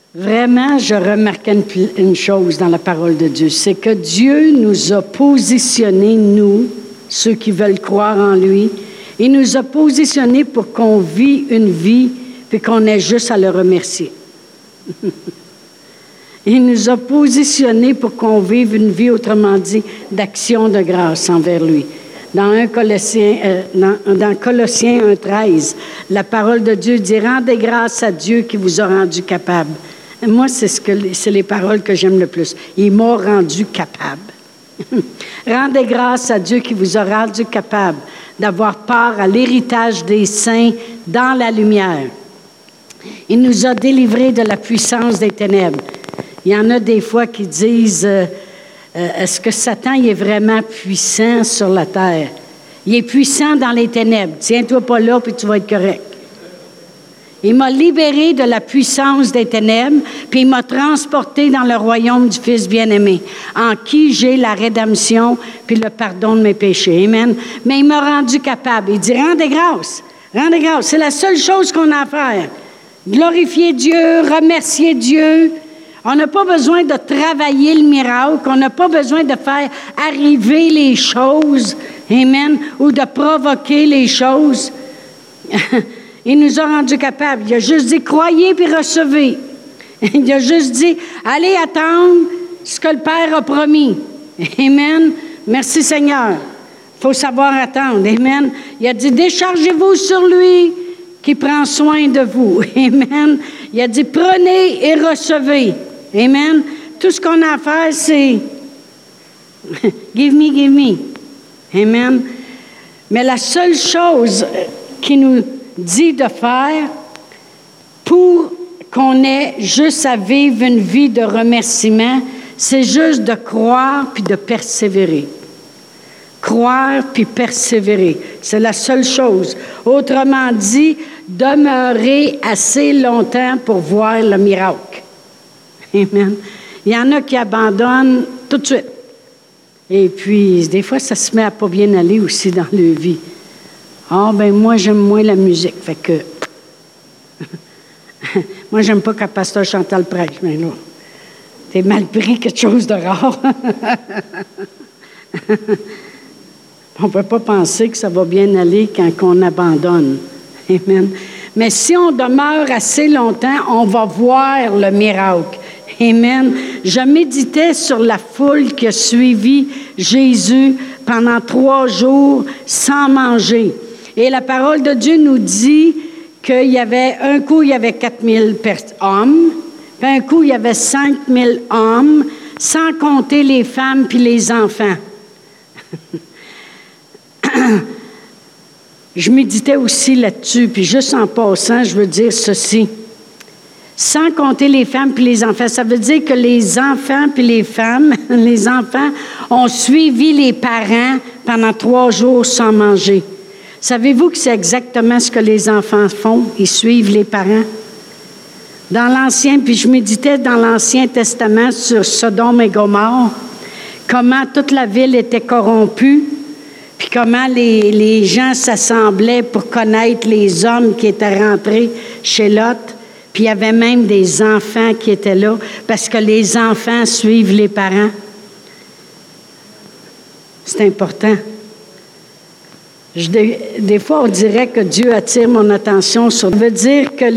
Vraiment, je remarquais une chose dans la parole de Dieu, c'est que Dieu nous a positionnés, nous, ceux qui veulent croire en lui, il nous a positionnés pour qu'on vit une vie, puis qu'on ait juste à le remercier. Il nous a positionnés pour qu'on vive une vie, autrement dit, d'action de grâce envers lui. Dans Colossiens 1,13, la parole de Dieu dit « Rendez grâce à Dieu qui vous a rendu capable. » Moi, c'est les paroles que j'aime le plus. Il m'a rendu capable. Rendez grâce à Dieu qui vous a rendu capable d'avoir part à l'héritage des saints dans la lumière. Il nous a délivrés de la puissance des ténèbres. Il y en a des fois qui disent est-ce que Satan il est vraiment puissant sur la terre? Il est puissant dans les ténèbres. Tiens-toi pas là, puis tu vas être correct. Il m'a libéré de la puissance des ténèbres, puis il m'a transporté dans le royaume du Fils bien-aimé, en qui j'ai la rédemption, puis le pardon de mes péchés. Amen. Mais il m'a rendu capable. Il dit, rendez grâce. Rendez grâce. C'est la seule chose qu'on a à faire. Glorifier Dieu, remercier Dieu. On n'a pas besoin de travailler le miracle. On n'a pas besoin de faire arriver les choses. Amen. Ou de provoquer les choses. Il nous a rendus capables. Il a juste dit, croyez puis recevez. Il a juste dit, allez attendre ce que le Père a promis. Amen. Merci Seigneur. Il faut savoir attendre. Amen. Il a dit, déchargez-vous sur lui qui prend soin de vous. Amen. Il a dit, prenez et recevez. Amen. Tout ce qu'on a à faire, c'est give me, give me. Amen. Mais la seule chose qui nous dit de faire pour qu'on ait juste à vivre une vie de remerciement, c'est juste de croire puis de persévérer. Croire puis persévérer. C'est la seule chose. Autrement dit, demeurer assez longtemps pour voir le miracle. Amen. Il y en a qui abandonnent tout de suite. Et puis, des fois, ça se met à pas bien aller aussi dans leur vie. Ah, ben moi, j'aime moins la musique. Fait que... moi, j'aime pas quand Pasteur Chantal prêche. Mais là, t'es mal pris quelque chose de rare. On ne peut pas penser que ça va bien aller quand on abandonne. Amen. Mais si on demeure assez longtemps, on va voir le miracle. Amen. Je méditais sur la foule qui a suivi Jésus pendant 3 jours sans manger. Et la parole de Dieu nous dit qu'il y avait, un coup, il y avait 4000 hommes, puis un coup, il y avait 5000 hommes, sans compter les femmes puis les enfants. Je méditais aussi là-dessus, puis juste en passant, je veux dire ceci. Sans compter les femmes puis les enfants, ça veut dire que les enfants puis les femmes, les enfants ont suivi les parents pendant 3 jours sans manger. Savez-vous que c'est exactement ce que les enfants font? Ils suivent les parents. Dans l'Ancien, puis je méditais dans l'Ancien Testament sur Sodome et Gomorrhe, comment toute la ville était corrompue, puis comment les gens s'assemblaient pour connaître les hommes qui étaient rentrés chez Lot. Puis il y avait même des enfants qui étaient là, parce que les enfants suivent les parents. C'est important. Des fois, on dirait que Dieu attire mon attention sur... Ça veut dire que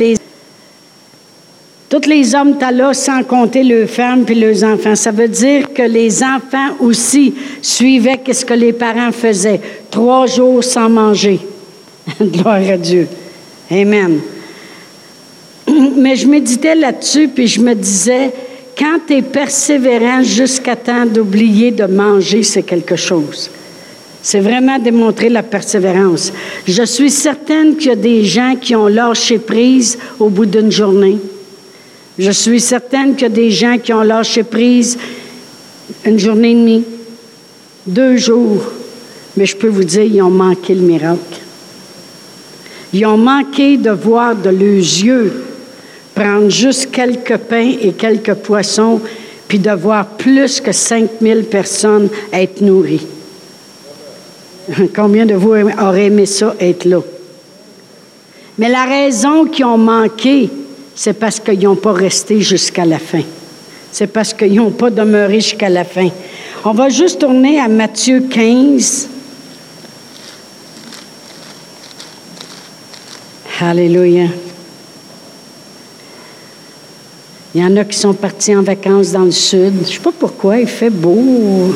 tous les hommes étaient là sans compter leurs femmes puis leurs enfants. Ça veut dire que les enfants aussi suivaient ce que les parents faisaient. 3 jours sans manger. Gloire à Dieu. Amen. Mais je méditais là-dessus puis je me disais, quand tu es persévérant jusqu'à temps d'oublier de manger, c'est quelque chose. C'est vraiment démontrer la persévérance. Je suis certaine qu'il y a des gens qui ont lâché prise au bout d'une journée. Je suis certaine qu'il y a des gens qui ont lâché prise 1 journée et demie, 2 jours. Mais je peux vous dire, ils ont manqué le miracle. Ils ont manqué de voir de leurs yeux prendre juste quelques pains et quelques poissons, puis de voir plus que 5000 personnes être nourries. Combien de vous auraient aimé ça, être là? Mais la raison qu'ils ont manqué, c'est parce qu'ils n'ont pas resté jusqu'à la fin. C'est parce qu'ils n'ont pas demeuré jusqu'à la fin. On va juste tourner à Matthieu 15. Alléluia. Il y en a qui sont partis en vacances dans le sud. Je ne sais pas pourquoi, il fait beau.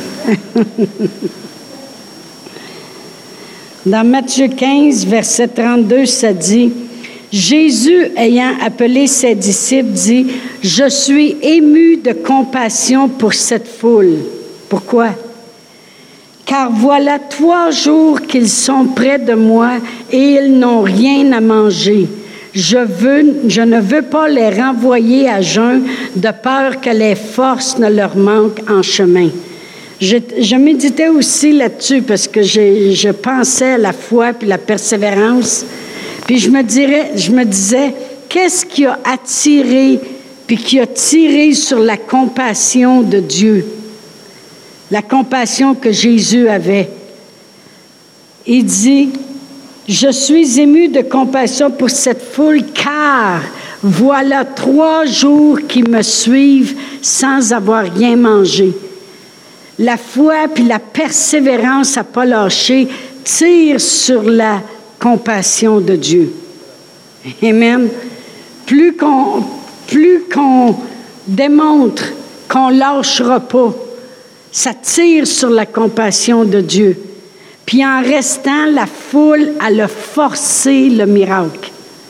Dans Matthieu 15, verset 32, ça dit, Jésus, ayant appelé ses disciples, dit, « Je suis ému de compassion pour cette foule. » Pourquoi? « Car voilà 3 jours qu'ils sont près de moi et ils n'ont rien à manger. Je ne veux pas les renvoyer à jeun de peur que les forces ne leur manquent en chemin. » Je méditais aussi là-dessus parce que je pensais à la foi puis la persévérance. Puis je me disais, qu'est-ce qui a attiré puis qui a tiré sur la compassion de Dieu? La compassion que Jésus avait. Il dit, « Je suis ému de compassion pour cette foule, car voilà 3 jours qui me suivent sans avoir rien mangé. » La foi puis la persévérance à ne pas lâcher tirent sur la compassion de Dieu. Amen. Plus qu'on démontre qu'on ne lâchera pas, ça tire sur la compassion de Dieu. Puis en restant, la foule, elle a forcé le miracle.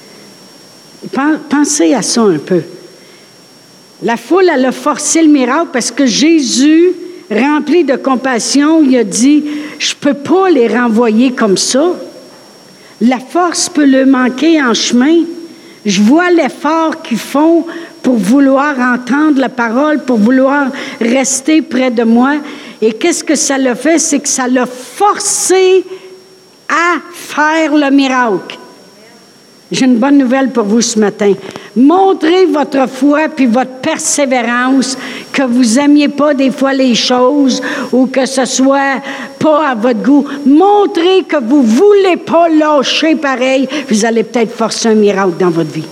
Pensez à ça un peu. La foule, elle a forcé le miracle parce que Jésus, rempli de compassion, il a dit, « Je ne peux pas les renvoyer comme ça. La force peut leur manquer en chemin. Je vois l'effort qu'ils font pour vouloir entendre la parole, pour vouloir rester près de moi. Et qu'est-ce que ça l'a fait? C'est que ça l'a forcé à faire le miracle. » J'ai une bonne nouvelle pour vous ce matin. Montrez votre foi puis votre persévérance, que vous n'aimiez pas des fois les choses ou que ce soit pas à votre goût. Montrez que vous ne voulez pas lâcher pareil. Vous allez peut-être forcer un miracle dans votre vie.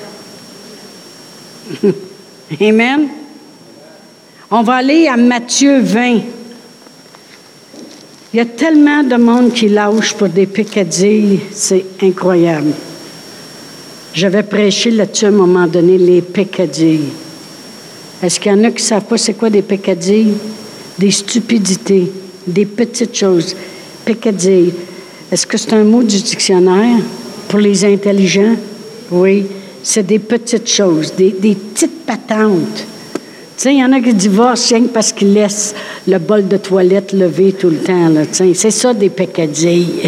Amen. On va aller à Matthieu 20. Il y a tellement de monde qui lâche pour des peccadilles, c'est incroyable. J'avais prêché là-dessus à un moment donné, les peccadilles. Est-ce qu'il y en a qui ne savent pas c'est quoi des peccadilles? Des stupidités, des petites choses. Peccadilles. Est-ce que c'est un mot du dictionnaire pour les intelligents? Oui. C'est des petites choses, des petites patentes. Tu sais, il y en a qui divorcent rien que parce qu'ils laissent le bol de toilette levé tout le temps. Là, c'est ça des peccadilles.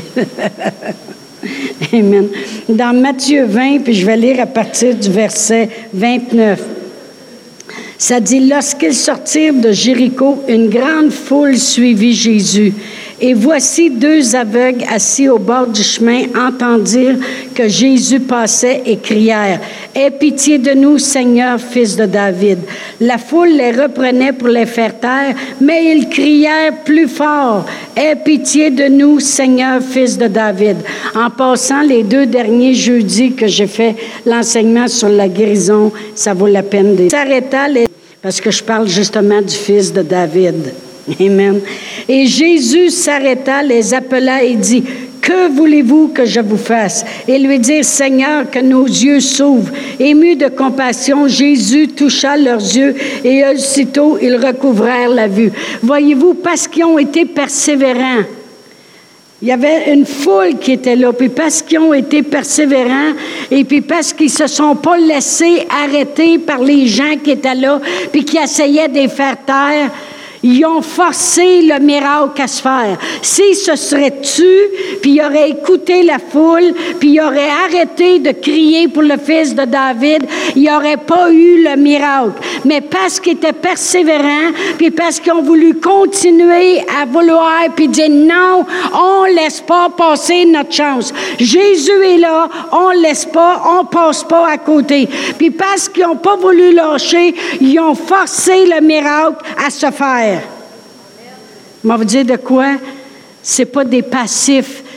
Amen. Dans Matthieu 20, puis je vais lire à partir du verset 29. Ça dit, « Lorsqu'ils sortirent de Jéricho, une grande foule suivit Jésus. Et voici 2 aveugles assis au bord du chemin entendirent que Jésus passait et crièrent, « Aie pitié de nous, Seigneur, fils de David. » La foule les reprenait pour les faire taire, mais ils crièrent plus fort, « Aie pitié de nous, Seigneur, fils de David. » En passant, les 2 derniers jeudis que j'ai fait l'enseignement sur la guérison, ça vaut la peine de s'arrêter parce que je parle justement du fils de David. Amen. Et Jésus s'arrêta, les appela et dit, « Que voulez-vous que je vous fasse? » Et lui dirent, « Seigneur, que nos yeux s'ouvrent. » Ému de compassion, Jésus toucha leurs yeux et aussitôt ils recouvrèrent la vue. Voyez-vous, parce qu'ils ont été persévérants. Il y avait une foule qui était là, puis parce qu'ils ont été persévérants, et puis parce qu'ils ne se sont pas laissés arrêter par les gens qui étaient là, puis qui essayaient de les faire taire, ils ont forcé le miracle à se faire. S'ils se seraient tus, puis ils auraient écouté la foule, puis ils auraient arrêté de crier pour le fils de David, il n'y aurait pas eu le miracle. Mais parce qu'ils étaient persévérants, puis parce qu'ils ont voulu continuer à vouloir, puis dire non, on ne laisse pas passer notre chance. Jésus est là, on ne laisse pas, on ne passe pas à côté. Puis parce qu'ils n'ont pas voulu lâcher, ils ont forcé le miracle à se faire. Je vais vous dire de quoi? Ce n'est pas des passifs,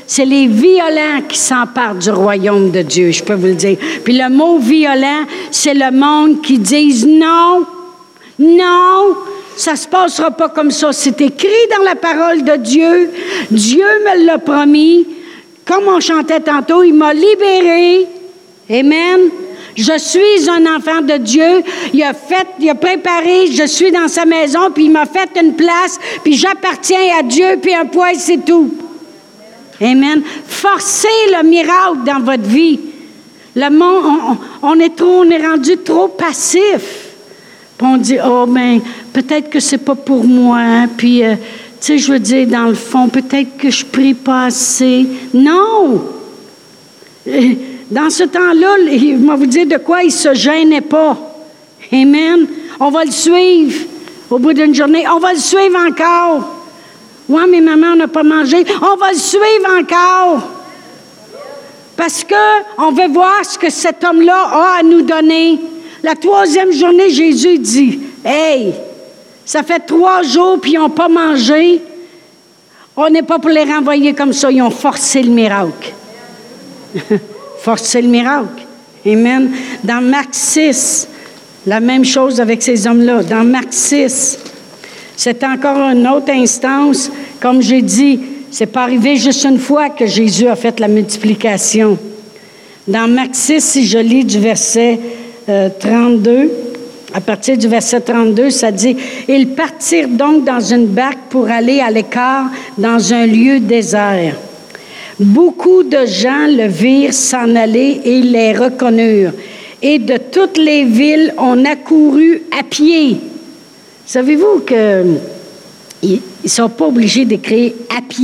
c'est les violents qui s'emparent du royaume de Dieu, je peux vous le dire. Puis le mot violent, c'est le monde qui dit non, non, ça ne se passera pas comme ça. C'est écrit dans la parole de Dieu. Dieu me l'a promis. Comme on chantait tantôt, il m'a libéré. Amen. Je suis un enfant de Dieu. Il a préparé, je suis dans sa maison, puis il m'a fait une place, puis j'appartiens à Dieu, puis un poil, c'est tout. Amen. Forcez le miracle dans votre vie. Le monde, on est rendu trop passif. Puis on dit, oh, ben, peut-être que c'est pas pour moi. Puis, tu sais, je veux dire, dans le fond, peut-être que je prie pas assez. Non! Dans ce temps-là, il va vous dire de quoi il se gênait pas. Amen. On va le suivre. Au bout d'une journée, on va le suivre encore. Ouais, mais maman, on n'a pas mangé. On va le suivre encore. Parce qu'on veut voir ce que cet homme-là a à nous donner. La 3e journée, Jésus dit, « Hey, ça fait 3 jours puis ils n'ont pas mangé. On n'est pas pour les renvoyer comme ça. Ils ont forcé le miracle. » Forcé le miracle. Amen. Dans Marc 6, la même chose avec ces hommes-là. Dans Marc 6, c'est encore une autre instance. Comme j'ai dit, c'est pas arrivé juste une fois que Jésus a fait la multiplication. Dans Marc 6, si je lis du verset 32, à partir du verset 32, ça dit « Ils partirent donc dans une barque pour aller à l'écart dans un lieu désert. Beaucoup de gens le virent s'en aller et les reconnurent. Et de toutes les villes, on accourut à pied. » Savez-vous qu'ils ne sont pas obligés d'écrire « à pied ».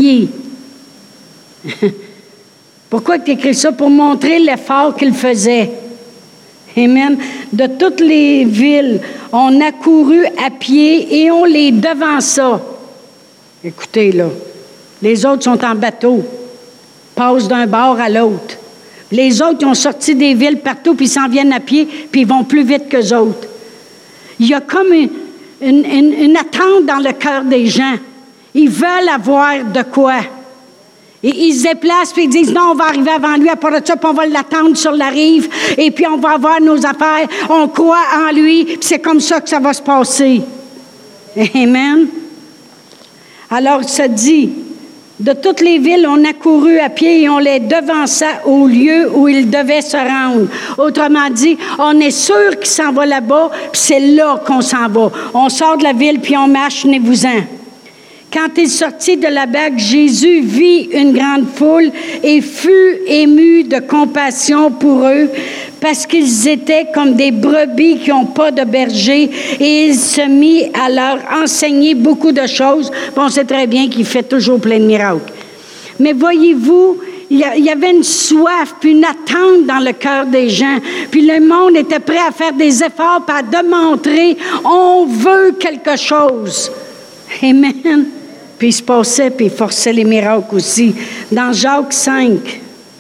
Pourquoi tu écris ça? Pour montrer l'effort qu'ils faisaient. Amen. De toutes les villes, on accourut à pied et on les devança. Écoutez, là, les autres sont en bateau, passent d'un bord à l'autre. Les autres, ils ont sorti des villes partout, puis ils s'en viennent à pied, puis ils vont plus vite qu'eux autres. Il y a comme une attente dans le cœur des gens. Ils veulent avoir de quoi. Et ils se déplacent, puis ils disent, non, on va arriver avant lui, après ça, puis on va l'attendre sur la rive, et puis on va avoir nos affaires, on croit en lui, puis c'est comme ça que ça va se passer. Amen. Alors, ça dit, de toutes les villes, on accourut à pied et on les devança au lieu où ils devaient se rendre. Autrement dit, on est sûr qu'ils s'en vont là-bas, puis c'est là qu'on s'en va. On sort de la ville, puis on marche, tenez-vous-en. Quand il sortit de la barque, Jésus vit une grande foule et fut ému de compassion pour eux parce qu'ils étaient comme des brebis qui n'ont pas de berger et il se mit à leur enseigner beaucoup de choses. On sait très bien qu'il fait toujours plein de miracles. Mais voyez-vous, il y avait une soif puis une attente dans le cœur des gens. Puis le monde était prêt à faire des efforts pour démontrer on veut quelque chose. Amen. Puis il se passait, puis il forçait les miracles aussi. Dans Jacques 5,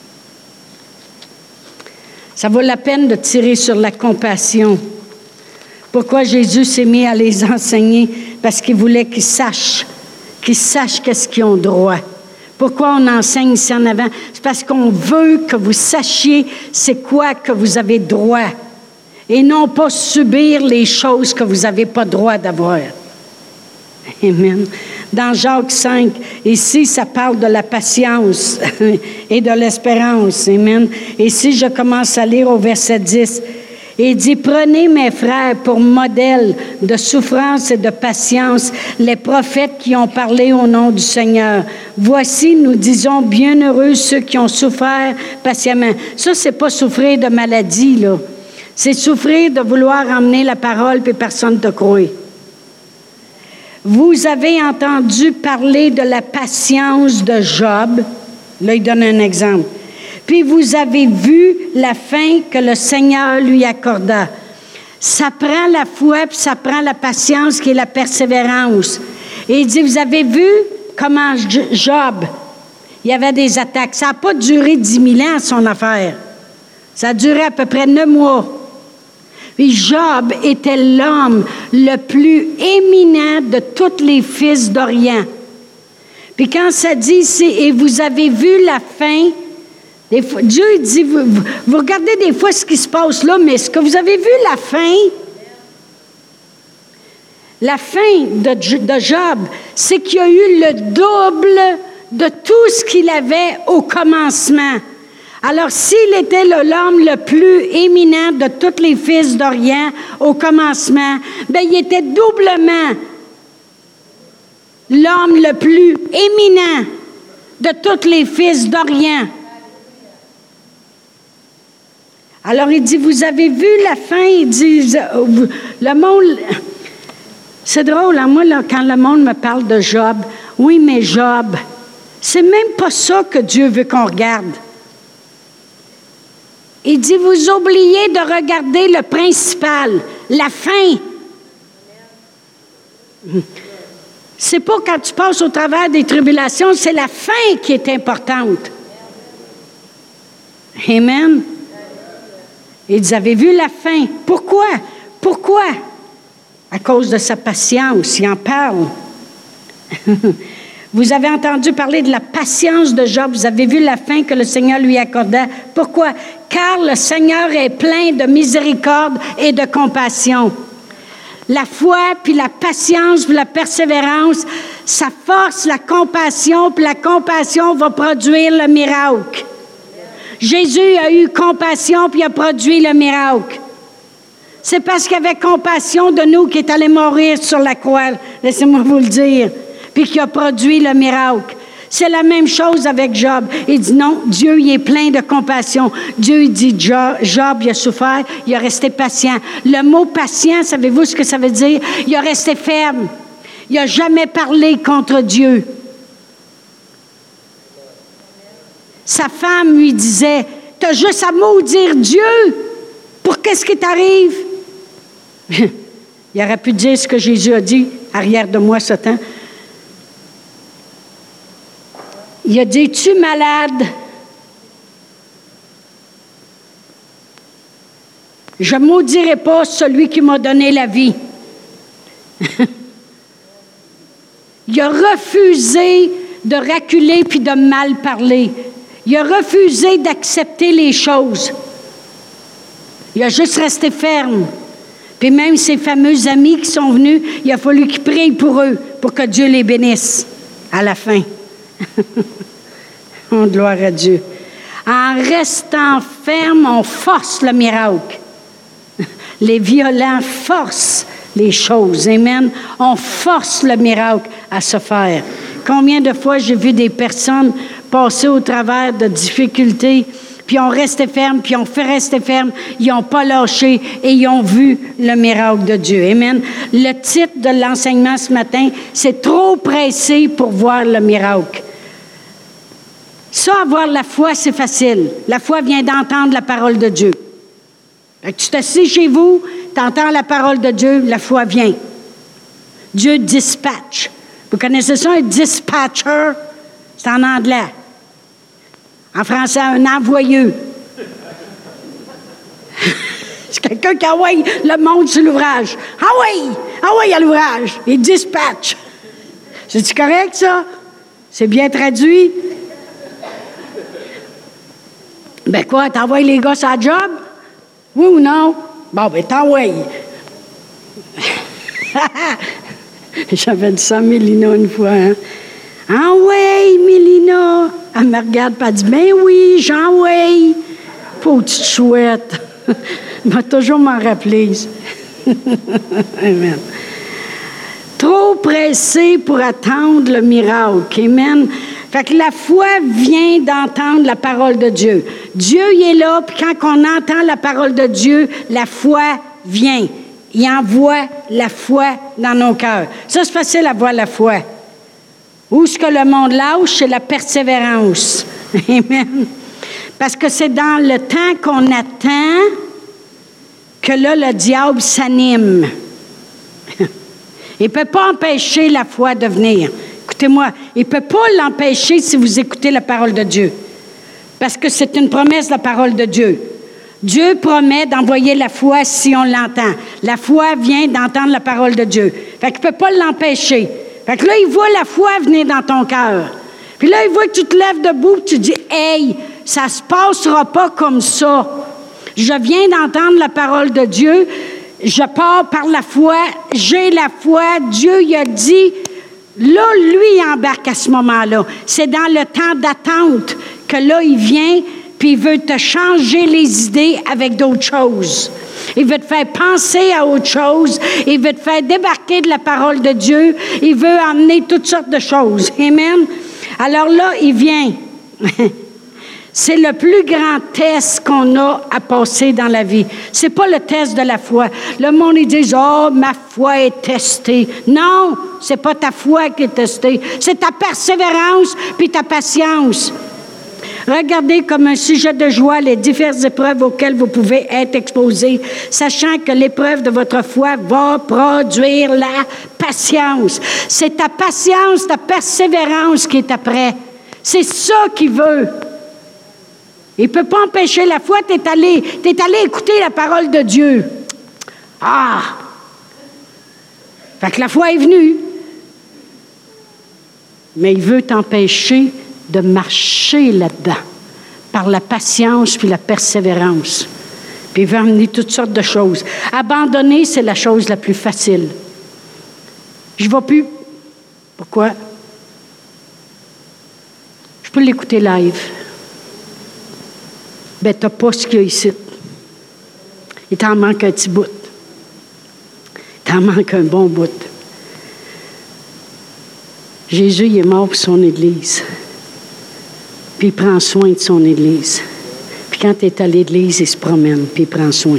ça vaut la peine de tirer sur la compassion. Pourquoi Jésus s'est mis à les enseigner? Parce qu'il voulait qu'ils sachent qu'est-ce qu'ils ont droit. Pourquoi on enseigne ici en avant? C'est parce qu'on veut que vous sachiez c'est quoi que vous avez droit. Et non pas subir les choses que vous n'avez pas droit d'avoir. Amen. Dans Jacques 5, ici, ça parle de la patience et de l'espérance. Amen. Et si je commence à lire au verset 10, il dit, « Prenez, mes frères, pour modèle de souffrance et de patience les prophètes qui ont parlé au nom du Seigneur. Voici, nous disons, bienheureux ceux qui ont souffert patiemment. » Ça, c'est pas souffrir de maladie, là. C'est souffrir de vouloir emmener la parole puis personne ne te croit. Vous avez entendu parler de la patience de Job. Là, il donne un exemple. Puis vous avez vu la fin que le Seigneur lui accorda. Ça prend la foi, puis ça prend la patience qui est la persévérance. Et il dit, vous avez vu comment Job, il y avait des attaques. Ça n'a pas duré 10 000 ans, son affaire. Ça a duré à peu près 9 mois. Puis Job était l'homme le plus éminent de tous les fils d'Orient. Puis Puis quand ça dit ici, et vous avez vu la fin, des fois, Dieu dit, vous regardez des fois ce qui se passe là, mais est-ce que vous avez vu la fin? La fin de Job, c'est qu'il y a eu le double de tout ce qu'il avait au commencement. Alors, s'il était l'homme le plus éminent de tous les fils d'Orient au commencement, bien, il était doublement l'homme le plus éminent de tous les fils d'Orient. Alors, il dit, vous avez vu la fin? Il dit, le monde... C'est drôle, hein? Moi, là, quand le monde me parle de Job, oui, mais Job, c'est même pas ça que Dieu veut qu'on regarde. Il dit, vous oubliez de regarder le principal, la fin. C'est pas quand tu passes au travers des tribulations, c'est la fin qui est importante. Amen. Il dit, avez vu la fin? Pourquoi? Pourquoi? À cause de sa patience, il en parle. Vous avez entendu parler de la patience de Job. Vous avez vu la fin que le Seigneur lui accorda. Pourquoi? Car le Seigneur est plein de miséricorde et de compassion. La foi, puis la patience, puis la persévérance, ça force la compassion, puis la compassion va produire le miracle. Jésus a eu compassion, puis a produit le miracle. C'est parce qu'il avait compassion de nous qu'il est allé mourir sur la croix, laissez-moi vous le dire, puis qu'il a produit le miracle. C'est la même chose avec Job. Il dit non, Dieu, il est plein de compassion. Dieu, il dit, Job, il a souffert, il a resté patient. Le mot patient, savez-vous ce que ça veut dire? Il a resté ferme. Il n'a jamais parlé contre Dieu. Sa femme lui disait, tu as juste à maudire Dieu. Pour qu'est-ce qui t'arrive? Il aurait pu dire ce que Jésus a dit, arrière de moi, Satan. Il a dit, es-tu malade? Je ne maudirai pas celui qui m'a donné la vie. Il a refusé de reculer puis de mal parler. Il a refusé d'accepter les choses. Il a juste resté ferme. Puis même ses fameux amis qui sont venus, il a fallu qu'ils prient pour eux, pour que Dieu les bénisse à la fin. Oh, gloire à Dieu. En restant ferme, on force le miracle. Les violents forcent les choses. Amen. On force le miracle à se faire. Combien de fois j'ai vu des personnes passer au travers de difficultés, puis on restait ferme, puis on fait rester ferme, ils n'ont pas lâché et ils ont vu le miracle de Dieu. Amen. Le titre de l'enseignement ce matin, c'est « Trop pressé pour voir le miracle ». Ça, avoir la foi, c'est facile. La foi vient d'entendre la parole de Dieu. Fait que tu t'assis chez vous, tu entends la parole de Dieu, la foi vient. Dieu dispatch. Vous connaissez ça, un dispatcher? C'est en anglais. En français, un envoyeux. C'est quelqu'un qui envoie le monde sur l'ouvrage. Envoie à l'ouvrage. Il dispatch. C'est-tu correct, ça? C'est bien traduit? Ben quoi, t'envoies les gars sur la job? Oui ou non? Bon, ben t'envoies. J'avais dit ça à Mélina une fois. Hein? Envoie, Mélina. Elle me regarde et elle dit, ben oui, j'envoie. Pauvre petite chouette. Elle va toujours m'en rappeler. Amen. Trop pressé pour attendre le miracle. Amen. Fait que la foi vient d'entendre la parole de Dieu. Dieu, il est là, puis quand on entend la parole de Dieu, la foi vient. Il envoie la foi dans nos cœurs. Ça, c'est facile à voir la foi. Où est-ce que le monde lâche, c'est la persévérance. Amen. Parce que c'est dans le temps qu'on attend que là, le diable s'anime. Il ne peut pas empêcher la foi de venir. Écoutez-moi, il ne peut pas l'empêcher si vous écoutez la parole de Dieu. Parce que c'est une promesse de la parole de Dieu. Dieu promet d'envoyer la foi si on l'entend. La foi vient d'entendre la parole de Dieu. Fait qu'il ne peut pas l'empêcher. Fait que là, il voit la foi venir dans ton cœur. Puis là, il voit que tu te lèves debout et tu dis, « Hey, ça se passera pas comme ça. Je viens d'entendre la parole de Dieu. Je pars par la foi. J'ai la foi. Dieu, il a dit. » Là, lui, il embarque à ce moment-là. C'est dans le temps d'attente que là, il vient puis il veut te changer les idées avec d'autres choses. Il veut te faire penser à autre chose. Il veut te faire débarquer de la parole de Dieu. Il veut emmener toutes sortes de choses. Amen. Alors là, il vient. C'est le plus grand test qu'on a à passer dans la vie. C'est pas le test de la foi. Le monde, ils disent, « Oh, ma foi est testée. » Non, c'est pas ta foi qui est testée. C'est ta persévérance puis ta patience. Regardez comme un sujet de joie les diverses épreuves auxquelles vous pouvez être exposés, sachant que l'épreuve de votre foi va produire la patience. C'est ta patience, ta persévérance qui est après. C'est ça qu'il veut. Il ne peut pas empêcher la foi. Tu es allé écouter la parole de Dieu. Ah! Fait que la foi est venue. Mais il veut t'empêcher de marcher là-dedans par la patience puis la persévérance. Puis il veut amener toutes sortes de choses. Abandonner, c'est la chose la plus facile. Je ne vais plus. Pourquoi? Je peux l'écouter live. Ben, tu n'as pas ce qu'il y a ici. Il t'en manque un petit bout. Il t'en manque un bon bout. Jésus, il est mort pour son Église. Puis il prend soin de son Église. Puis quand tu es à l'Église, il se promène, puis il prend soin.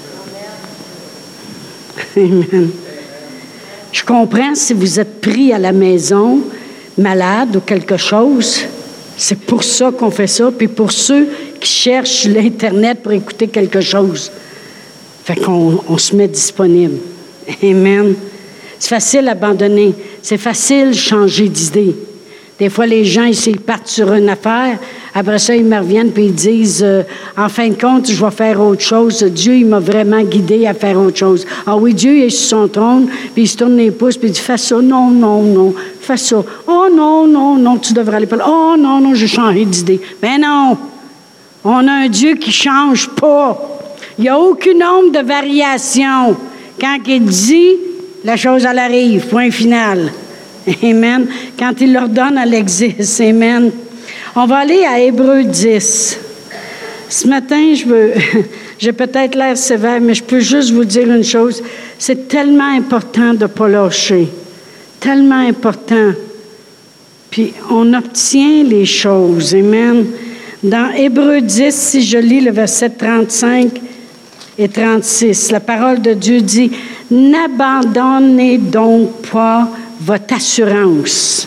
Amen. Je comprends si vous êtes pris à la maison, malade ou quelque chose. C'est pour ça qu'on fait ça. Puis pour ceux qui cherchent l'Internet pour écouter quelque chose. Fait qu'on se met disponible. Amen. C'est facile d'abandonner. C'est facile de changer d'idée. Des fois, les gens, ils partent sur une affaire. Après ça, ils me reviennent et ils disent, en fin de compte, je vais faire autre chose. Dieu, il m'a vraiment guidé à faire autre chose. Ah oui, Dieu, il est sur son trône, puis il se tourne les pouces, puis il dit, fais ça. Non, non, non, fais ça. Oh non, non, non, tu devrais aller par là. Oh non, non, j'ai changé d'idée. Ben non, on a un Dieu qui ne change pas. Il n'y a aucune ombre de variation. Quand il dit, la chose, elle arrive. Point final. Amen. Quand il l'ordonne, elle existe. Amen. On va aller à Hébreux 10. Ce matin, j'ai peut-être l'air sévère, mais je peux juste vous dire une chose. C'est tellement important de ne pas lâcher. Tellement important. Puis, on obtient les choses. Amen. Dans Hébreux 10, si je lis le verset 35 et 36, la parole de Dieu dit, « N'abandonnez donc pas votre assurance. »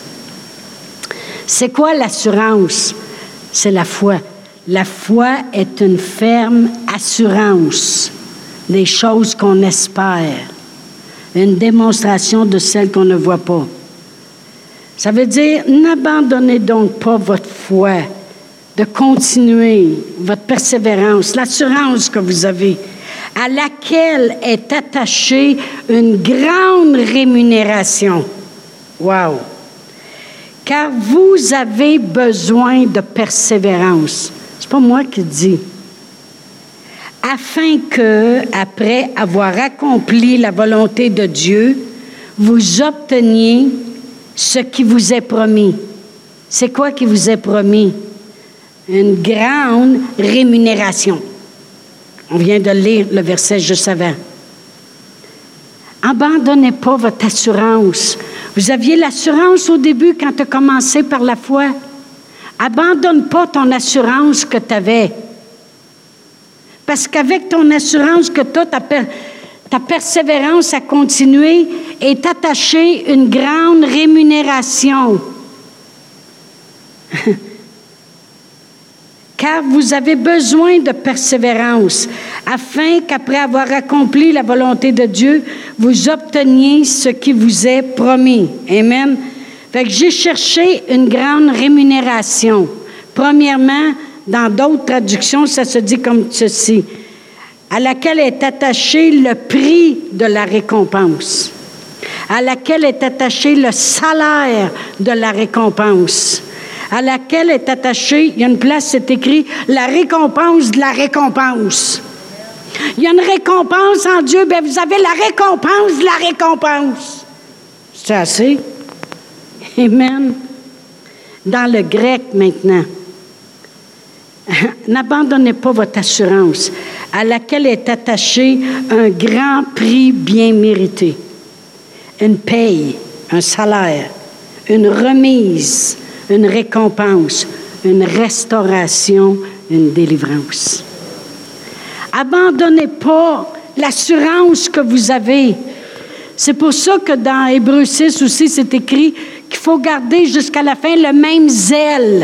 C'est quoi l'assurance? C'est la foi. La foi est une ferme assurance des choses qu'on espère, une démonstration de celles qu'on ne voit pas. Ça veut dire, n'abandonnez donc pas votre foi, de continuer votre persévérance, l'assurance que vous avez, à laquelle est attachée une grande rémunération. Wow! Car vous avez besoin de persévérance. C'est pas moi qui le dis. Afin que, après avoir accompli la volonté de Dieu, vous obteniez ce qui vous est promis. C'est quoi qui vous est promis? Une grande rémunération. On vient de lire le verset juste avant. Abandonnez pas votre assurance. Vous aviez l'assurance au début quand tu as commencé par la foi. Abandonne pas ton assurance que tu avais. Parce qu'avec ton assurance que tu as, ta persévérance à continuer est attachée une grande rémunération. Car vous avez besoin de persévérance, afin qu'après avoir accompli la volonté de Dieu, vous obteniez ce qui vous est promis. Amen. Fait que j'ai cherché une grande rémunération. Premièrement, dans d'autres traductions, ça se dit comme ceci, à laquelle est attaché le prix de la récompense. à laquelle est attaché le salaire de la récompense. À laquelle est attaché, il y a une place, c'est écrit, la récompense de la récompense. Il y a une récompense en Dieu, bien vous avez la récompense de la récompense. C'est assez? Amen. Dans le grec maintenant, n'abandonnez pas votre assurance, à laquelle est attaché un grand prix bien mérité, une paye, un salaire, une remise, une récompense, une restauration, une délivrance. Abandonnez pas l'assurance que vous avez. C'est pour ça que dans Hébreux 6 aussi, c'est écrit qu'il faut garder jusqu'à la fin le même zèle.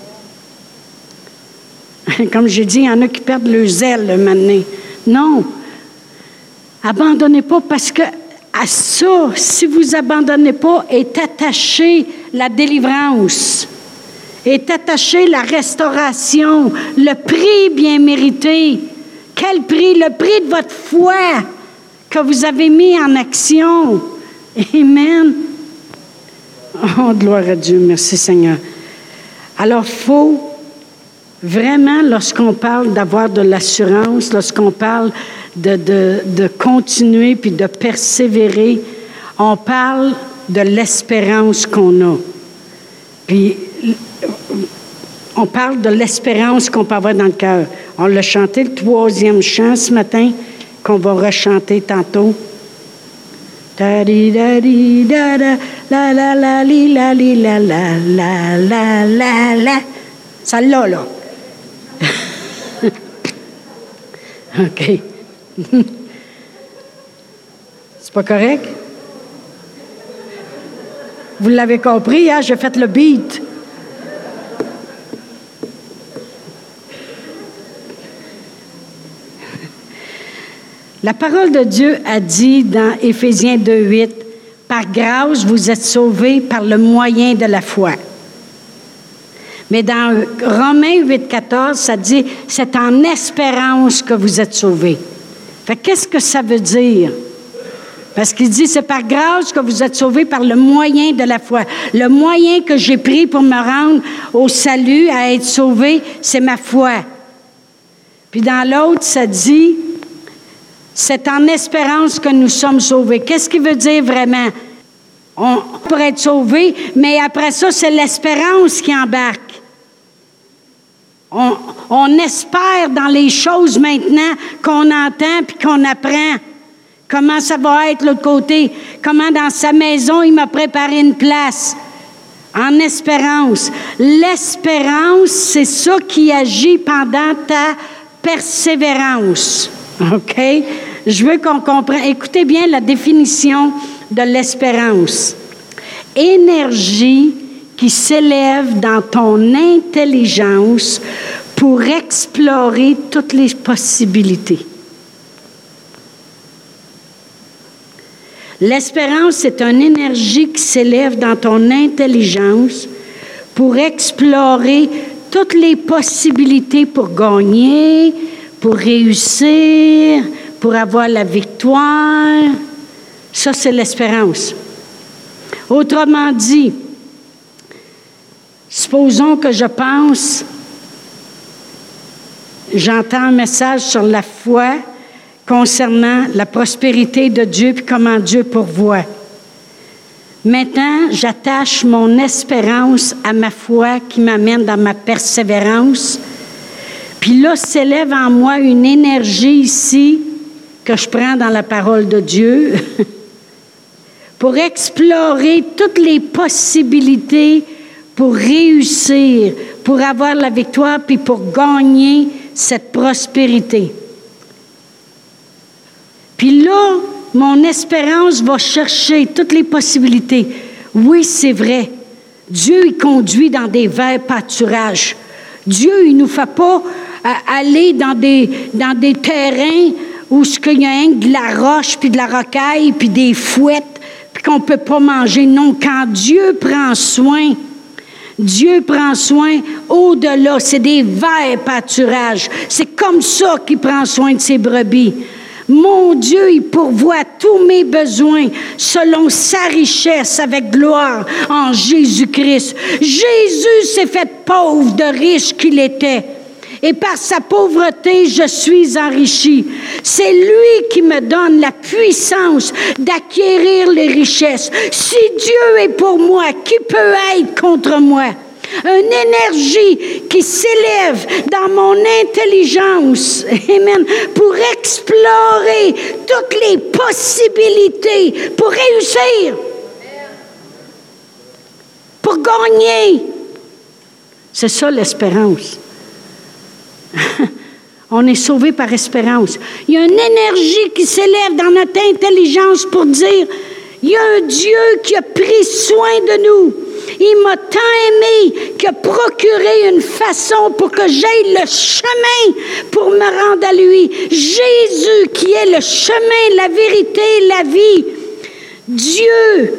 Comme j'ai dit, il y en a qui perdent le zèle maintenant. Non. Abandonnez pas parce que à ça, si vous abandonnez pas, est attachée la délivrance, est attachée la restauration, le prix bien mérité. Quel prix? Le prix de votre foi que vous avez mis en action. Amen. Oh, gloire à Dieu. Merci Seigneur. Alors, il faut vraiment, lorsqu'on parle d'avoir de l'assurance, lorsqu'on parle de continuer puis de persévérer, on parle de l'espérance qu'on a. Puis, on parle de l'espérance qu'on peut avoir dans le cœur. On l'a chanté, le 3e chant ce matin, qu'on va rechanter tantôt. Da di da di da da la la la li la li la la la la la la. Celle-là, là. OK. C'est pas correct? Vous l'avez compris, hein? J'ai fait le beat. La parole de Dieu a dit dans Éphésiens 2:8, « Par grâce, vous êtes sauvés par le moyen de la foi. » Mais dans Romains 8:14, ça dit, « C'est en espérance que vous êtes sauvés. » Fait qu'est-ce que ça veut dire? Parce qu'il dit, c'est par grâce que vous êtes sauvés par le moyen de la foi. Le moyen que j'ai pris pour me rendre au salut, à être sauvé, c'est ma foi. Puis dans l'autre, ça dit, c'est en espérance que nous sommes sauvés. Qu'est-ce qui veut dire vraiment? On pourrait être sauvé, mais après ça, c'est l'espérance qui embarque. On espère dans les choses maintenant qu'on entend puis qu'on apprend. Comment ça va être l'autre côté? Comment dans sa maison, il m'a préparé une place? En espérance. L'espérance, c'est ça qui agit pendant ta persévérance. OK? Je veux qu'on comprenne. Écoutez bien la définition de l'espérance. Énergie qui s'élève dans ton intelligence pour explorer toutes les possibilités. L'espérance, c'est une énergie qui s'élève dans ton intelligence pour explorer toutes les possibilités pour gagner, pour réussir, pour avoir la victoire. Ça, c'est l'espérance. Autrement dit, supposons que je pense, j'entends un message sur la foi concernant la prospérité de Dieu puis comment Dieu pourvoit. Maintenant, j'attache mon espérance à ma foi qui m'amène dans ma persévérance. Puis là, s'élève en moi une énergie ici que je prends dans la parole de Dieu pour explorer toutes les possibilités pour réussir, pour avoir la victoire, puis pour gagner cette prospérité. Puis là, mon espérance va chercher toutes les possibilités. Oui, c'est vrai. Dieu, il conduit dans des verts pâturages. Dieu, il ne nous fait pas aller dans des terrains où il y a de la roche, puis de la rocaille, puis des fouettes, puis qu'on ne peut pas manger. Non, quand Dieu prend soin au-delà, c'est des verts pâturages. C'est comme ça qu'il prend soin de ses brebis. Mon Dieu, il pourvoit tous mes besoins selon sa richesse avec gloire en Jésus-Christ. Jésus s'est fait pauvre de riche qu'il était. Et par sa pauvreté, je suis enrichi. C'est lui qui me donne la puissance d'acquérir les richesses. Si Dieu est pour moi, qui peut être contre moi? Une énergie qui s'élève dans mon intelligence, amen, pour explorer toutes les possibilités, pour réussir, pour gagner. C'est ça l'espérance. On est sauvé par espérance. Il y a une énergie qui s'élève dans notre intelligence pour dire, il y a un Dieu qui a pris soin de nous. Il m'a tant aimé qu'il a procuré une façon pour que j'aille le chemin pour me rendre à lui. Jésus qui est le chemin, la vérité, la vie. Dieu.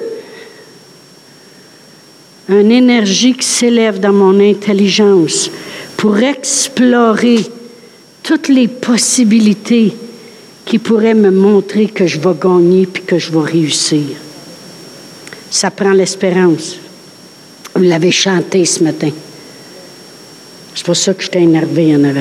Une énergie qui s'élève dans mon intelligence pour explorer toutes les possibilités qui pourraient me montrer que je vais gagner puis que je vais réussir. Ça prend l'espérance. Vous l'avez chanté ce matin. C'est pour ça que j'étais énervée en avant.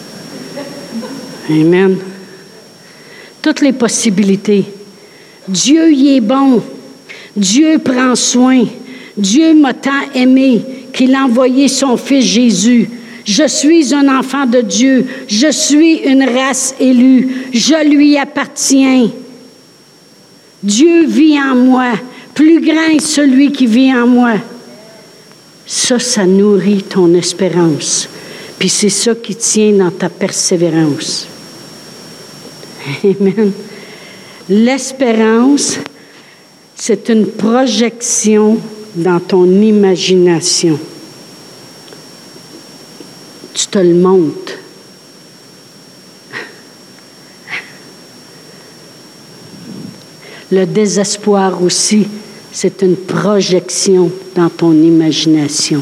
Amen. Toutes les possibilités. Dieu y est bon. Dieu prend soin. Dieu m'a tant aimé qu'il a envoyé son Fils Jésus. Je suis un enfant de Dieu. Je suis une race élue. Je lui appartiens. Dieu vit en moi. Plus grand est celui qui vit en moi. Ça nourrit ton espérance. Puis c'est ça qui tient dans ta persévérance. Amen. L'espérance, c'est une projection dans ton imagination. Tu te le montres. Le désespoir aussi, c'est une projection dans ton imagination.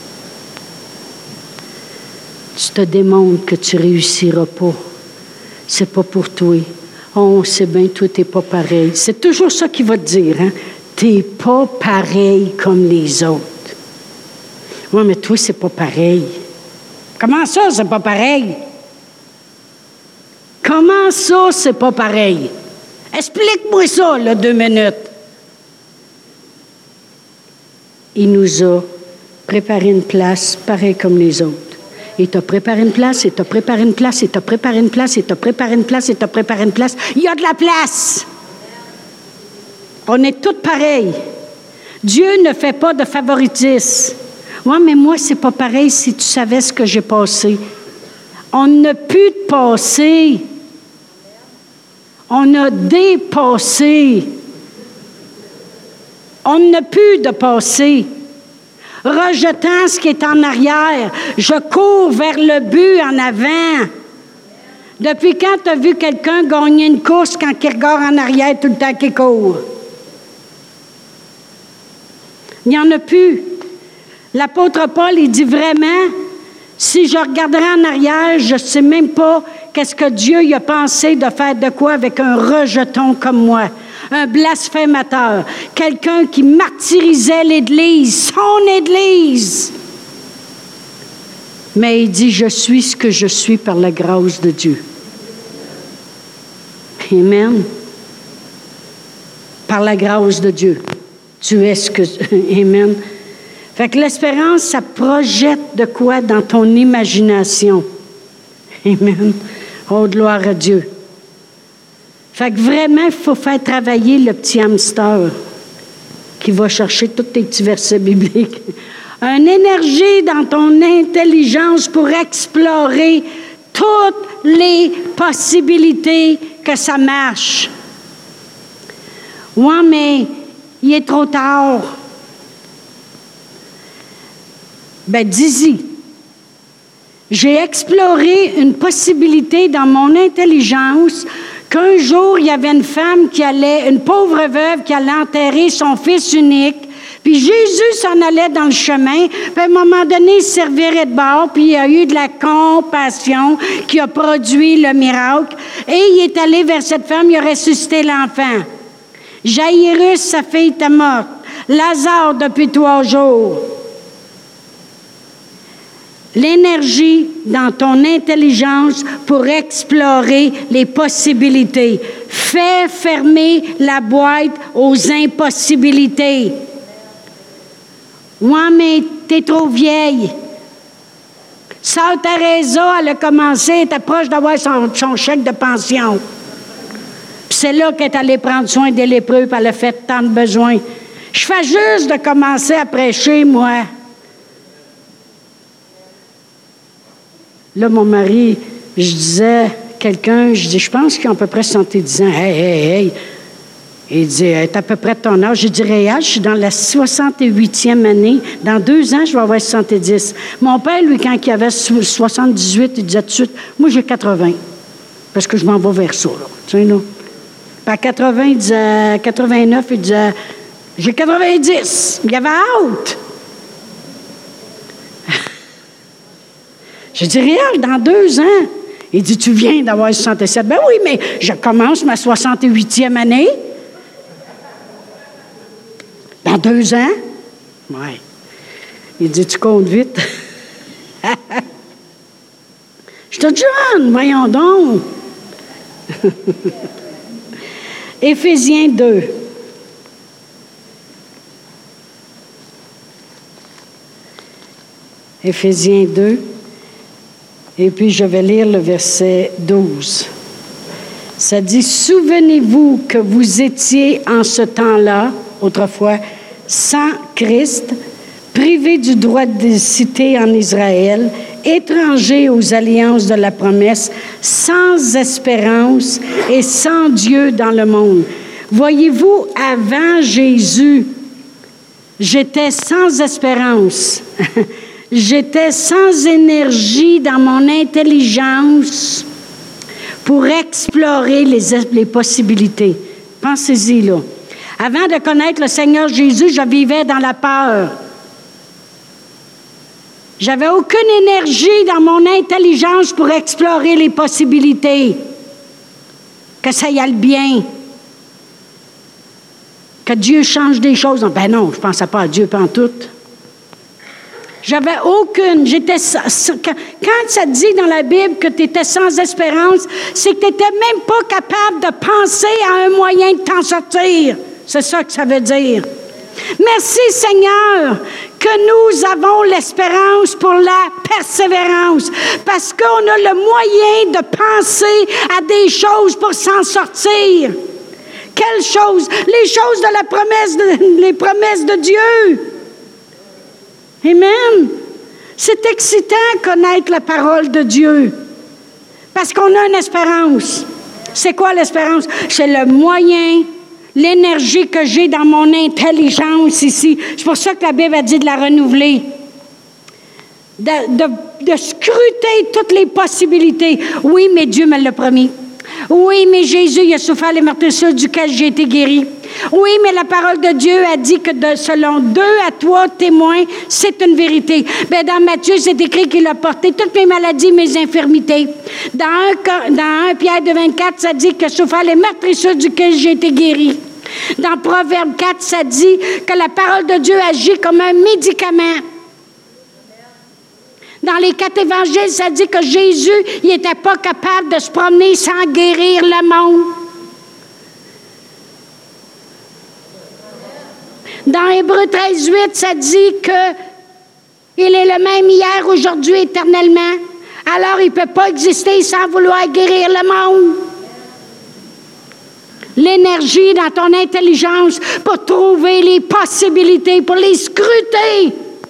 Tu te démontres que tu ne réussiras pas. C'est pas pour toi. Oh, c'est bien, toi, tu n'es pas pareil. C'est toujours ça qu'il va te dire, hein? Tu n'es pas pareil comme les autres. Oui, mais toi, c'est pas pareil. Comment ça, c'est pas pareil? Comment ça, c'est pas pareil? Explique-moi ça, là, 2 minutes. Il nous a préparé une place pareille comme les autres. Il t'a préparé une place, il t'a préparé une place, il t'a préparé une place, il t'a préparé une place, il t'a préparé une place. Il y a de la place. On est tous pareils. Dieu ne fait pas de favoritisme. Oui, mais moi, c'est pas pareil si tu savais ce que j'ai passé. On n'a plus de passé. On a dépassé. On n'a plus de passé. Rejetant ce qui est en arrière, je cours vers le but en avant. Depuis quand tu as vu quelqu'un gagner une course quand il regarde en arrière tout le temps qu'il court? Il n'y en a plus. L'apôtre Paul, il dit vraiment, si je regarderais en arrière, je ne sais même pas qu'est-ce que Dieu y a pensé de faire de quoi avec un rejeton comme moi, un blasphémateur, quelqu'un qui martyrisait l'Église, son Église. Mais il dit, je suis ce que je suis par la grâce de Dieu. Amen. Par la grâce de Dieu. Tu es ce que... Amen. Fait que l'espérance, ça projette de quoi dans ton imagination. Amen. Oh, gloire à Dieu. Fait que vraiment, il faut faire travailler le petit hamster qui va chercher tous tes petits versets bibliques. Une énergie dans ton intelligence pour explorer toutes les possibilités que ça marche. Ouais, mais il est trop tard. Ben, dis-y. J'ai exploré une possibilité dans mon intelligence qu'un jour, il y avait une femme une pauvre veuve qui allait enterrer son fils unique, Puis Jésus s'en allait dans le chemin, puis à un moment donné, il se servirait de bord, puis il y a eu de la compassion qui a produit le miracle. Et il est allé vers cette femme, il a ressuscité l'enfant. Jaïrus, sa fille, était morte. Lazare, depuis 3 jours. L'énergie dans ton intelligence pour explorer les possibilités. Fais fermer la boîte aux impossibilités. Ouais, mais t'es trop vieille. Sœur Teresa, elle a commencé, elle était proche d'avoir son chèque de pension. Puis c'est là qu'elle est allée prendre soin des lépreux, puis elle a fait tant de besoins. Je fais juste de commencer à prêcher, moi. Là, mon mari, je disais, je pense qu'il a à peu près 70 ans. Hey. Il dit, elle est à peu près de ton âge. Je dis, réel, je suis dans la 68e année. Dans 2 ans, je vais avoir 70. Mon père, lui, quand il avait 78, il disait tout de suite, moi, j'ai 80. Parce que je m'en vais vers ça, là. Tu sais, là. Puis à 80, il disait, 89, il disait, j'ai 90. Il avait hâte. Je dis, réel, dans 2 ans. Il dit, tu viens d'avoir 67. Ben oui, mais je commence ma 68e année. Dans 2 ans? Oui. Il dit, tu comptes vite. Je suis toute jeune, voyons donc. Éphésiens 2. Éphésiens 2. Et puis, je vais lire le verset 12. Ça dit, « Souvenez-vous que vous étiez en ce temps-là, autrefois, sans Christ, privés du droit de cité en Israël, étrangers aux alliances de la promesse, sans espérance et sans Dieu dans le monde. » Voyez-vous, avant Jésus, j'étais sans espérance. J'étais sans énergie dans mon intelligence pour explorer les possibilités. Pensez-y, là. Avant de connaître le Seigneur Jésus, je vivais dans la peur. J'avais aucune énergie dans mon intelligence pour explorer les possibilités. Que ça y aille bien. Que Dieu change des choses. Ben non, je ne pensais pas à Dieu pantoute. J'avais aucune. Quand ça dit dans la Bible que tu étais sans espérance, c'est que tu n'étais même pas capable de penser à un moyen de t'en sortir. C'est ça que ça veut dire. Merci Seigneur que nous avons l'espérance pour la persévérance, parce qu'on a le moyen de penser à des choses pour s'en sortir. Quelles choses? Les choses de la promesse, les promesses de Dieu. Amen. C'est excitant connaître la parole de Dieu. Parce qu'on a une espérance. C'est quoi l'espérance? C'est le moyen, l'énergie que j'ai dans mon intelligence ici. C'est pour ça que la Bible a dit de la renouveler. De scruter toutes les possibilités. Oui, mais Dieu me l'a promis. Oui, mais Jésus, il a souffert les meurtrissures duquel j'ai été guéri. Oui, mais la parole de Dieu a dit que selon 2 à 3 témoins, c'est une vérité. Bien, dans Matthieu, c'est écrit qu'il a porté toutes mes maladies, mes infirmités. Dans 1 Pierre de 24, ça dit que souffert les meurtrissures duquel j'ai été guéri. Dans Proverbe 4, ça dit que la parole de Dieu agit comme un médicament. Dans les 4 évangiles, ça dit que Jésus, il n'était pas capable de se promener sans guérir le monde. Dans Hébreux 13, 8, ça dit qu'il est le même hier, aujourd'hui, éternellement. Alors, il ne peut pas exister sans vouloir guérir le monde. L'énergie dans ton intelligence pour trouver les possibilités, pour les scruter.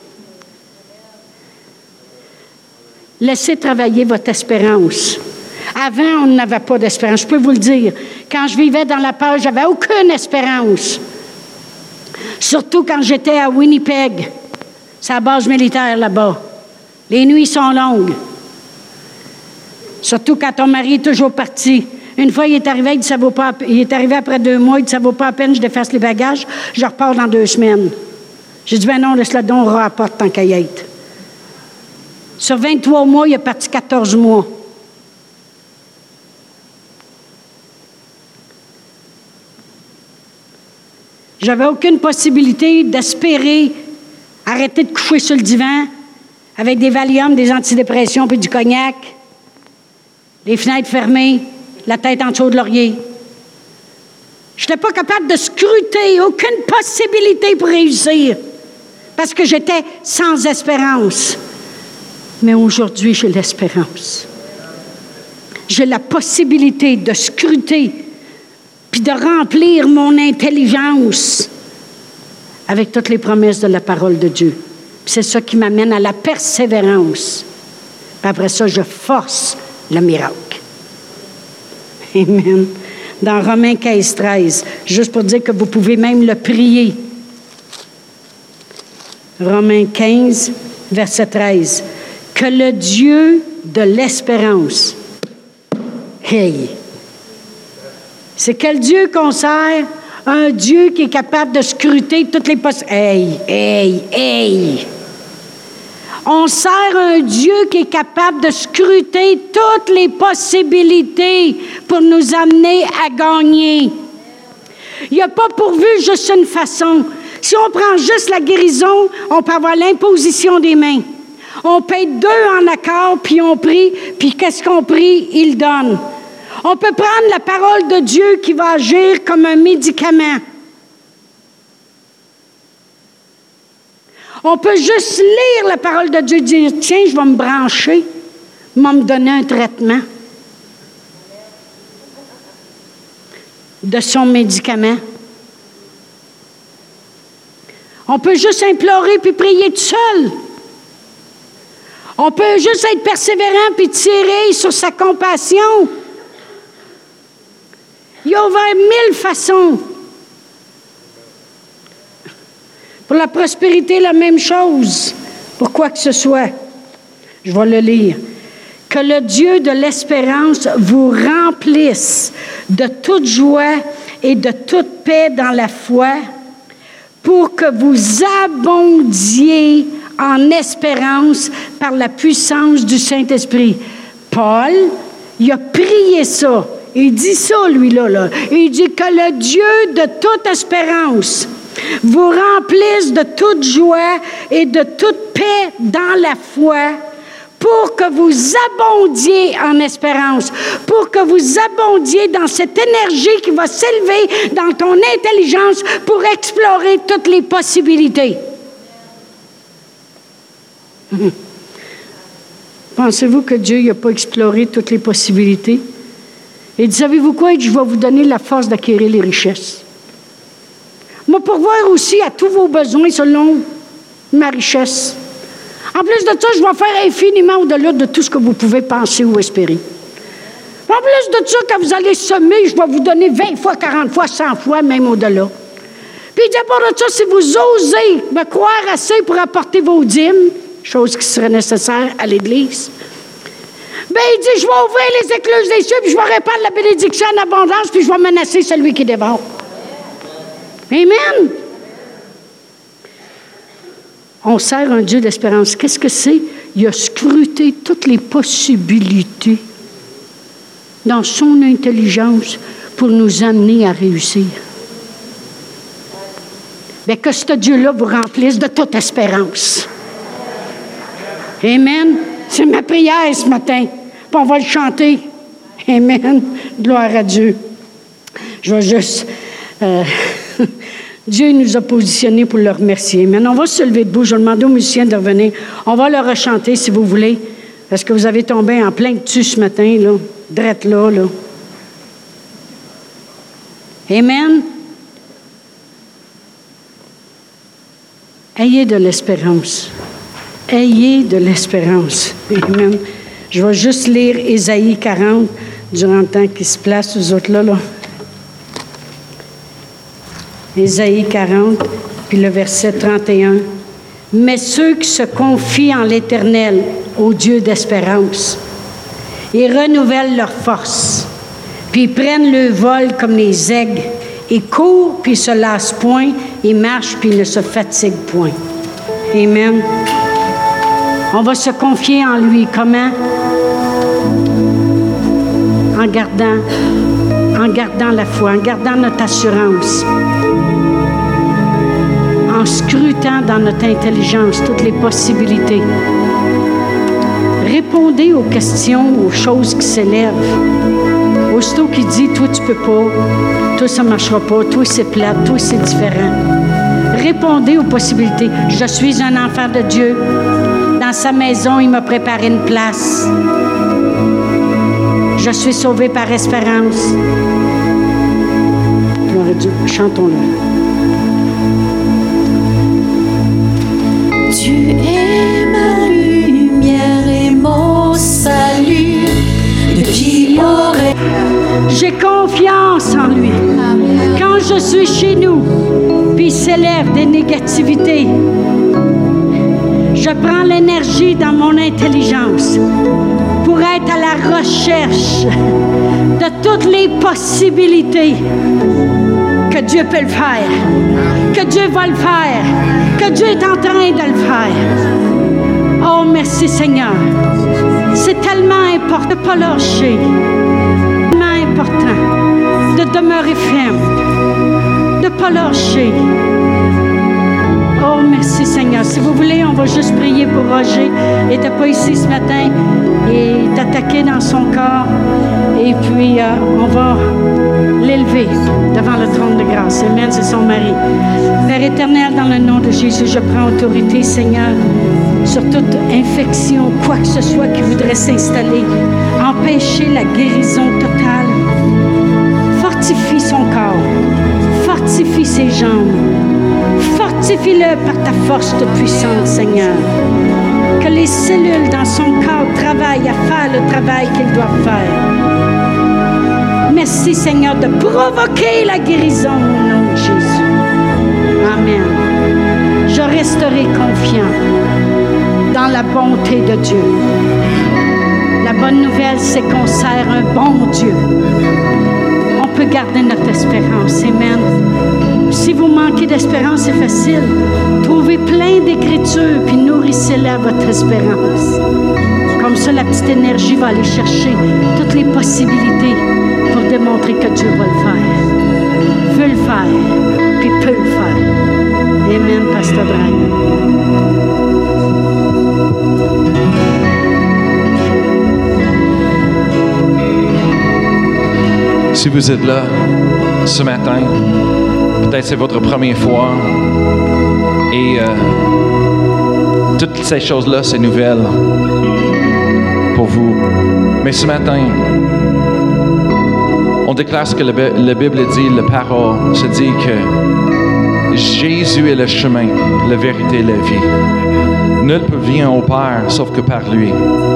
Laissez travailler votre espérance. Avant, on n'avait pas d'espérance. Je peux vous le dire. Quand je vivais dans la peur, je n'avais aucune espérance. Surtout quand j'étais à Winnipeg. C'est la base militaire là-bas. Les nuits sont longues. Surtout quand ton mari est toujours parti. Une fois, il est arrivé, il est arrivé après 2 mois, il dit, ça ne vaut pas la peine, je défasse les bagages, je repars dans 2 semaines. J'ai dit, ben non, laisse-le donc, on rapporte tant qu'à y être. Sur 23 mois, il a parti 14 mois. J'avais aucune possibilité d'espérer arrêter de coucher sur le divan avec des Valium, des antidépressions puis du cognac, les fenêtres fermées, la tête en dessous de l'oreiller. Je n'étais pas capable de scruter, aucune possibilité pour réussir, parce que j'étais sans espérance. Mais aujourd'hui, j'ai l'espérance. J'ai la possibilité de scruter puis de remplir mon intelligence avec toutes les promesses de la parole de Dieu. Puis c'est ça qui m'amène à la persévérance. Puis après ça, je force le miracle. Amen. Dans Romains 15, 13, juste pour dire que vous pouvez même le prier. Romains 15, verset 13. Que le Dieu de l'espérance. Hey! C'est quel Dieu qu'on sert? Un Dieu qui est capable de scruter toutes les possibilités. Hey! On sert un Dieu qui est capable de scruter toutes les possibilités pour nous amener à gagner. Il n'a pas pourvu juste une façon. Si on prend juste la guérison, on peut avoir l'imposition des mains. On paie 2 en accord, puis on prie, puis qu'est-ce qu'on prie? Il donne. On peut prendre la parole de Dieu qui va agir comme un médicament. On peut juste lire la parole de Dieu et dire, tiens, je vais me brancher, je vais me donner un traitement de son médicament. On peut juste implorer puis prier tout seul. On peut juste être persévérant puis tirer sur sa compassion. Il y a ouvert 1000 façons. Pour la prospérité, la même chose. Pour quoi que ce soit. Je vais le lire. Que le Dieu de l'espérance vous remplisse de toute joie et de toute paix dans la foi, pour que vous abondiez en espérance par la puissance du Saint-Esprit. Paul, il a prié ça. Il dit ça, lui-là. Il dit que le Dieu de toute espérance vous remplisse de toute joie et de toute paix dans la foi, pour que vous abondiez en espérance, pour que vous abondiez dans cette énergie qui va s'élever dans ton intelligence pour explorer toutes les possibilités. Pensez-vous que Dieu n'a pas exploré toutes les possibilités? Il dit, savez-vous quoi? Il dit, je vais vous donner la force d'acquérir les richesses. Moi, pourvoir aussi à tous vos besoins selon ma richesse. En plus de ça, je vais faire infiniment au-delà de tout ce que vous pouvez penser ou espérer. En plus de ça, quand vous allez semer, je vais vous donner 20 fois, 40 fois, 100 fois, même au-delà. Puis il dit, à part de ça, si vous osez me croire assez pour apporter vos dîmes, chose qui serait nécessaire à l'Église, bien, il dit, je vais ouvrir les écluses des cieux, puis je vais répandre la bénédiction en abondance, puis je vais menacer celui qui dévore. Amen. On sert un Dieu d'espérance. Qu'est-ce que c'est? Il a scruté toutes les possibilités dans son intelligence pour nous amener à réussir. Bien, que ce Dieu-là vous remplisse de toute espérance. Amen. C'est ma prière ce matin. Puis on va le chanter. Amen. Gloire à Dieu. Je vais juste... Dieu nous a positionnés pour le remercier. Maintenant, on va se lever debout. Je vais demander aux musiciens de revenir. On va le rechanter si vous voulez. Parce que vous avez tombé en plein dessus ce matin, là. Drette là. Amen. Ayez de l'espérance. Ayez de l'espérance. Amen. Je vais juste lire Ésaïe 40 durant le temps qui se place, aux autres là. Ésaïe 40, puis le verset 31. Mais ceux qui se confient en l'Éternel, au Dieu d'espérance, ils renouvellent leur force, puis ils prennent le vol comme les aigles, Il court, puis il ne se lasse point. Il marche, puis il ne se fatigue point. Amen. On va se confier en lui. Comment? En gardant la foi, en gardant notre assurance, en scrutant dans notre intelligence toutes les possibilités. Répondez aux questions, aux choses qui s'élèvent. Aussitôt qu'il dit, toi tu peux pas, toi ça marchera pas, toi c'est plate, toi c'est différent. Répondez aux possibilités. Je suis un enfant de Dieu. Dans sa maison, il m'a préparé une place. Je suis sauvé par espérance. Gloire à Dieu. Chantons-le. Tu es ma lumière et mon salut. De qui aurait... J'ai confiance en lui. Quand je suis chez nous, puis il s'élève des négativités, je prends l'énergie dans mon intelligence pour être à la recherche de toutes les possibilités que Dieu peut le faire, que Dieu va le faire, que Dieu est en train de le faire. Oh, merci Seigneur. C'est tellement important de ne pas lâcher, tellement important de demeurer ferme, de ne pas lâcher. Oh, merci Seigneur. Si vous voulez, on va juste prier pour Roger. Il n'était pas ici ce matin. Il est attaqué dans son corps. Et puis, on va l'élever devant le trône de grâce. Amen, c'est son mari. Père éternel, dans le nom de Jésus, je prends autorité, Seigneur, sur toute infection, quoi que ce soit qui voudrait s'installer. Empêcher la guérison totale. Fortifie son corps. Fortifie ses jambes. Fortifie-le par ta force toute puissante, Seigneur. Que les cellules dans son corps travaillent à faire le travail qu'ils doivent faire. Merci, Seigneur, de provoquer la guérison au nom de Jésus. Amen. Je resterai confiant dans la bonté de Dieu. La bonne nouvelle, c'est qu'on sert un bon Dieu. On peut garder notre espérance. Amen. Si vous manquez d'espérance, c'est facile. Trouvez plein d'écritures puis nourrissez-la à votre espérance. Comme ça, la petite énergie va aller chercher toutes les possibilités pour démontrer que Dieu va le faire. Veut le faire, puis peut le faire. Amen, Pasteur Brian. Si vous êtes là ce matin, peut-être c'est votre première fois et toutes ces choses-là, c'est nouvelle pour vous. Mais ce matin, on déclare ce que la Bible dit, la parole se dit que Jésus est le chemin, la vérité et la vie. Nul peut venir au Père sauf que par lui.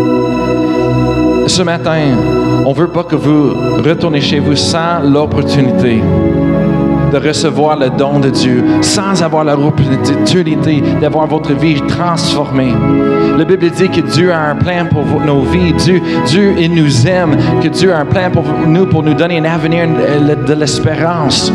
Ce matin, on ne veut pas que vous retournez chez vous sans l'opportunité de recevoir le don de Dieu, sans avoir l'opportunité d'avoir votre vie transformée. La Bible dit que Dieu a un plan pour nos vies. Dieu, il nous aime, que Dieu a un plan pour nous donner un avenir de l'espérance.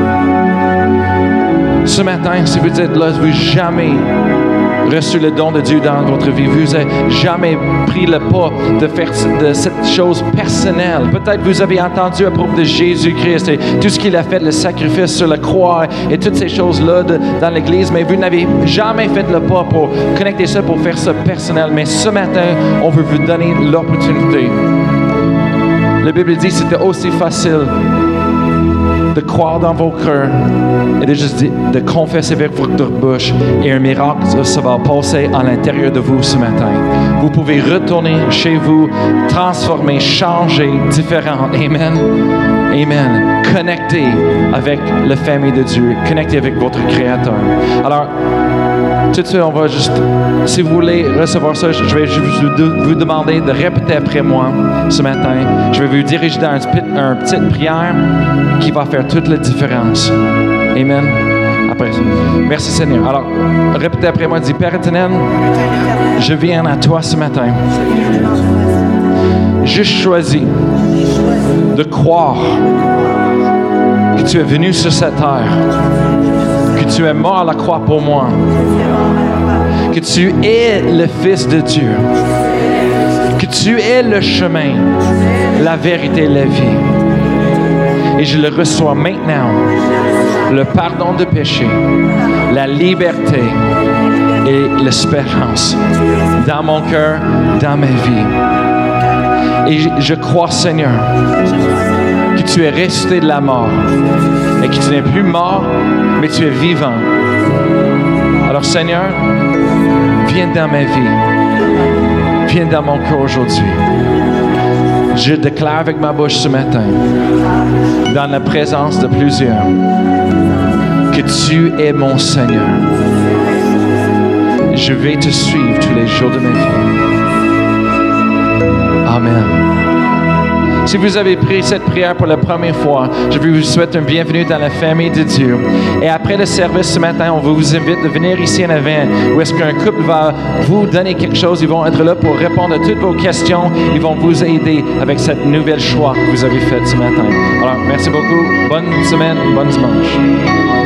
Ce matin, si vous êtes là, vous n'avez jamais reçu le don de Dieu dans votre vie, vous n'avez jamais pris le pas de faire de cette chose personnelle. Peut-être vous avez entendu à propos de Jésus-Christ et tout ce qu'il a fait, le sacrifice sur la croix et toutes ces choses-là dans l'Église, mais vous n'avez jamais fait le pas pour connecter ça, pour faire ça personnel. Mais ce matin, on veut vous donner l'opportunité. La Bible dit que c'était aussi facile de croire dans vos cœurs et de juste de confesser avec votre bouche et un miracle, ça va passer à l'intérieur de vous ce matin. Vous pouvez retourner chez vous, transformer, changer, différent. Amen. Amen. Connecté avec la famille de Dieu, connecté avec votre Créateur. Alors, tout de suite, on va juste, si vous voulez recevoir ça, je vais juste vous demander de répéter après moi ce matin. Je vais vous diriger dans une petite prière qui va faire toute la différence. Amen. Après ça. Merci Seigneur. Alors, répétez après moi, dis, Père éternel, je viens à toi ce matin. Je choisis de croire que tu es venu sur cette terre, que tu es mort à la croix pour moi, que tu es le Fils de Dieu, que tu es le chemin, la vérité et la vie. Et je le reçois maintenant, le pardon de péché, la liberté et l'espérance dans mon cœur, dans ma vie. Et je crois, Seigneur, que tu es ressuscité de la mort et que tu n'es plus mort, mais tu es vivant. Alors, Seigneur, viens dans ma vie, viens dans mon cœur aujourd'hui. Je déclare avec ma bouche ce matin, dans la présence de plusieurs, que tu es mon Seigneur. Je vais te suivre tous les jours de ma vie. Amen. Si vous avez pris cette prière pour la première fois, je vous souhaite une bienvenue dans la famille de Dieu. Et après le service ce matin, on vous invite de venir ici en avant, où est-ce qu'un couple va vous donner quelque chose. Ils vont être là pour répondre à toutes vos questions. Ils vont vous aider avec cette nouvelle choix que vous avez fait ce matin. Alors, merci beaucoup. Bonne semaine, bonne dimanche.